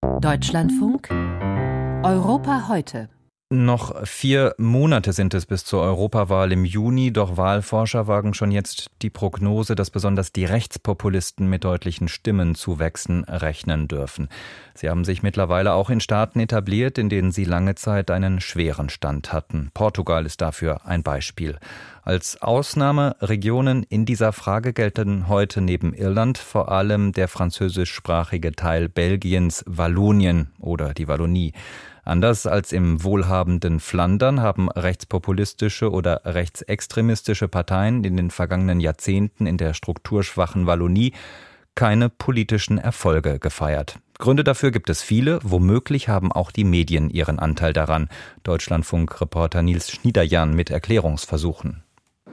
Deutschlandfunk Europa heute. Noch 4 Monate sind es bis zur Europawahl im Juni, doch Wahlforscher wagen schon jetzt die Prognose, dass besonders die Rechtspopulisten mit deutlichen Stimmenzuwächsen rechnen dürfen. Sie haben sich mittlerweile auch in Staaten etabliert, in denen sie lange Zeit einen schweren Stand hatten. Portugal ist dafür ein Beispiel. Als Ausnahmeregionen in dieser Frage gelten heute neben Irland vor allem der französischsprachige Teil Belgiens, Wallonien oder die Wallonie. Anders als im wohlhabenden Flandern haben rechtspopulistische oder rechtsextremistische Parteien in den vergangenen Jahrzehnten in der strukturschwachen Wallonie keine politischen Erfolge gefeiert. Gründe dafür gibt es viele, womöglich haben auch die Medien ihren Anteil daran. Deutschlandfunk-Reporter Nils Schniederjan mit Erklärungsversuchen.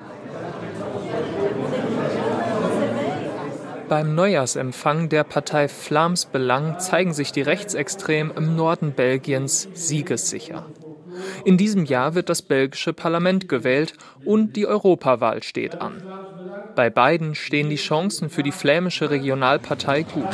Beim Neujahrsempfang der Partei Vlaams Belang zeigen sich die Rechtsextremen im Norden Belgiens siegessicher. In diesem Jahr wird das belgische Parlament gewählt und die Europawahl steht an. Bei beiden stehen die Chancen für die flämische Regionalpartei gut.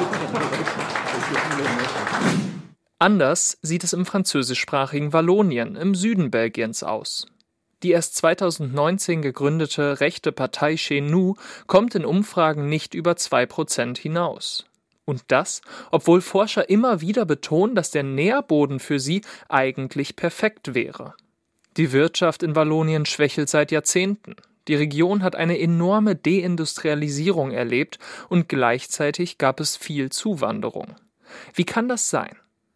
Anders sieht es im französischsprachigen Wallonien im Süden Belgiens aus. Die erst 2019 gegründete rechte Partei Chez Nous kommt in Umfragen nicht über 2% hinaus. Und das, obwohl Forscher immer wieder betonen, dass der Nährboden für sie eigentlich perfekt wäre. Die Wirtschaft in Wallonien schwächelt seit Jahrzehnten. Die Region hat eine enorme Deindustrialisierung erlebt und gleichzeitig gab es viel Zuwanderung. Wie kann das sein?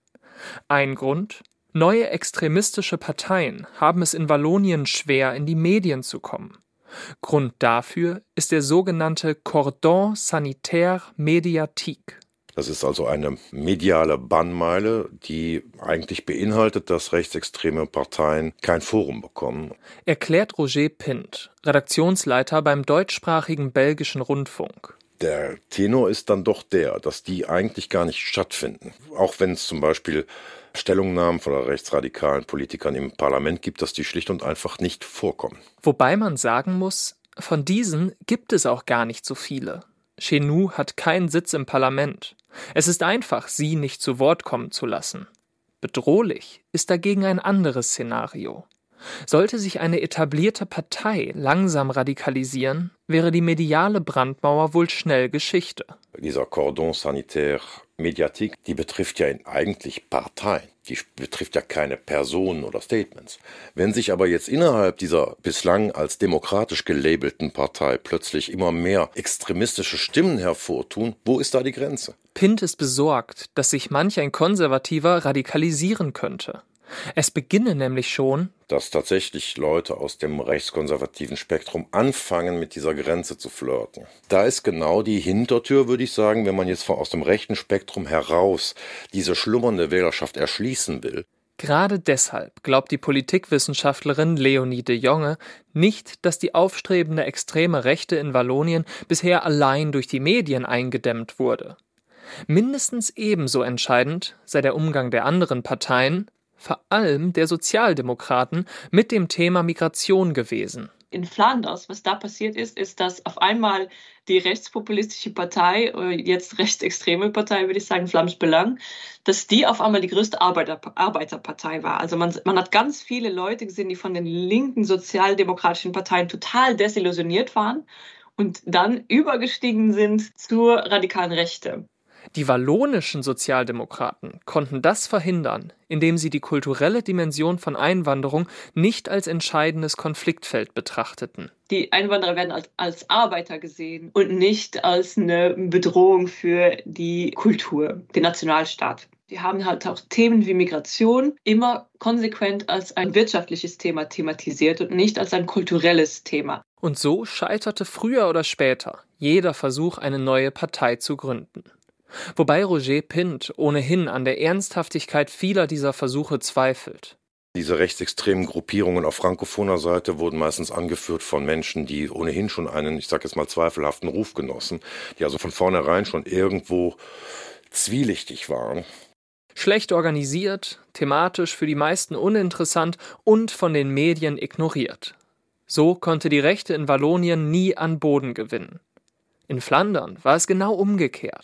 Ein Grund: Neue extremistische Parteien haben es in Wallonien schwer, in die Medien zu kommen. Grund dafür ist der sogenannte Cordon Sanitaire Médiatique. Das ist also eine mediale Bannmeile, die eigentlich beinhaltet, dass rechtsextreme Parteien kein Forum bekommen. Erklärt Roger Pint, Redaktionsleiter beim deutschsprachigen belgischen Rundfunk. Der Tenor ist dann doch der, dass die eigentlich gar nicht stattfinden. Auch wenn es zum Beispiel Stellungnahmen von rechtsradikalen Politikern im Parlament gibt, dass die schlicht und einfach nicht vorkommen. Wobei man sagen muss, von diesen gibt es auch gar nicht so viele. Chez Nous hat keinen Sitz im Parlament. Es ist einfach, sie nicht zu Wort kommen zu lassen. Bedrohlich ist dagegen ein anderes Szenario. Sollte sich eine etablierte Partei langsam radikalisieren, wäre die mediale Brandmauer wohl schnell Geschichte. Dieser Cordon Sanitaire Médiatique, die betrifft ja eigentlich Parteien. Die betrifft ja keine Personen oder Statements. Wenn sich aber jetzt innerhalb dieser bislang als demokratisch gelabelten Partei plötzlich immer mehr extremistische Stimmen hervortun, wo ist da die Grenze? Pint ist besorgt, dass sich manch ein Konservativer radikalisieren könnte. Es beginne nämlich schon, dass tatsächlich Leute aus dem rechtskonservativen Spektrum anfangen, mit dieser Grenze zu flirten. Da ist genau die Hintertür, würde ich sagen, wenn man jetzt aus dem rechten Spektrum heraus diese schlummernde Wählerschaft erschließen will. Gerade deshalb glaubt die Politikwissenschaftlerin Leonie de Jonge nicht, dass die aufstrebende extreme Rechte in Wallonien bisher allein durch die Medien eingedämmt wurde. Mindestens ebenso entscheidend sei der Umgang der anderen Parteien, vor allem der Sozialdemokraten, mit dem Thema Migration gewesen. In Flanders, was da passiert ist, dass auf einmal die rechtspopulistische Partei, jetzt rechtsextreme Partei, würde ich sagen, Vlaams Belang, dass die auf einmal die größte Arbeiterpartei war. Also man hat ganz viele Leute gesehen, die von den linken sozialdemokratischen Parteien total desillusioniert waren und dann übergestiegen sind zur radikalen Rechte. Die wallonischen Sozialdemokraten konnten das verhindern, indem sie die kulturelle Dimension von Einwanderung nicht als entscheidendes Konfliktfeld betrachteten. Die Einwanderer werden als Arbeiter gesehen und nicht als eine Bedrohung für die Kultur, den Nationalstaat. Die haben halt auch Themen wie Migration immer konsequent als ein wirtschaftliches Thema thematisiert und nicht als ein kulturelles Thema. Und so scheiterte früher oder später jeder Versuch, eine neue Partei zu gründen. Wobei Roger Pint ohnehin an der Ernsthaftigkeit vieler dieser Versuche zweifelt. Diese rechtsextremen Gruppierungen auf frankophoner Seite wurden meistens angeführt von Menschen, die ohnehin schon einen, ich sage jetzt mal, zweifelhaften Ruf genossen, die also von vornherein schon irgendwo zwielichtig waren. Schlecht organisiert, thematisch für die meisten uninteressant und von den Medien ignoriert. So konnte die Rechte in Wallonien nie an Boden gewinnen. In Flandern war es genau umgekehrt.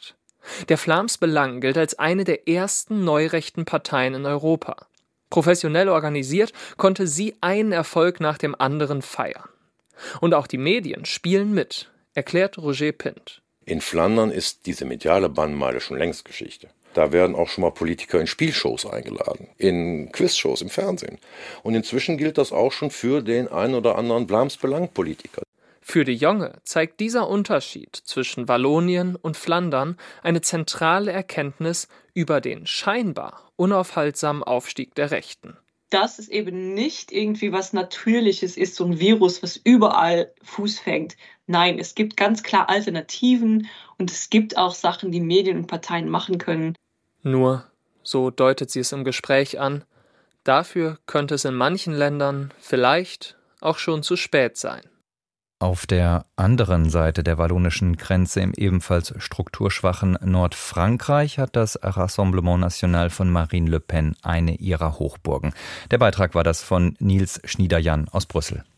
Der Vlaams Belang gilt als eine der ersten neurechten Parteien in Europa. Professionell organisiert konnte sie einen Erfolg nach dem anderen feiern. Und auch die Medien spielen mit, erklärt Roger Pint. In Flandern ist diese mediale Bannmeile schon längst Geschichte. Da werden auch schon mal Politiker in Spielshows eingeladen, in Quizshows im Fernsehen. Und inzwischen gilt das auch schon für den einen oder anderen Vlaams Belang-Politiker. Für de Jonge zeigt dieser Unterschied zwischen Wallonien und Flandern eine zentrale Erkenntnis über den scheinbar unaufhaltsamen Aufstieg der Rechten. Dass es eben nicht irgendwie was Natürliches ist, so ein Virus, was überall Fuß fängt. Nein, es gibt ganz klar Alternativen und es gibt auch Sachen, die Medien und Parteien machen können. Nur, so deutet sie es im Gespräch an, dafür könnte es in manchen Ländern vielleicht auch schon zu spät sein. Auf der anderen Seite der wallonischen Grenze im ebenfalls strukturschwachen Nordfrankreich hat das Rassemblement National von Marine Le Pen eine ihrer Hochburgen. Der Beitrag war das von Nils Schniederjan aus Brüssel.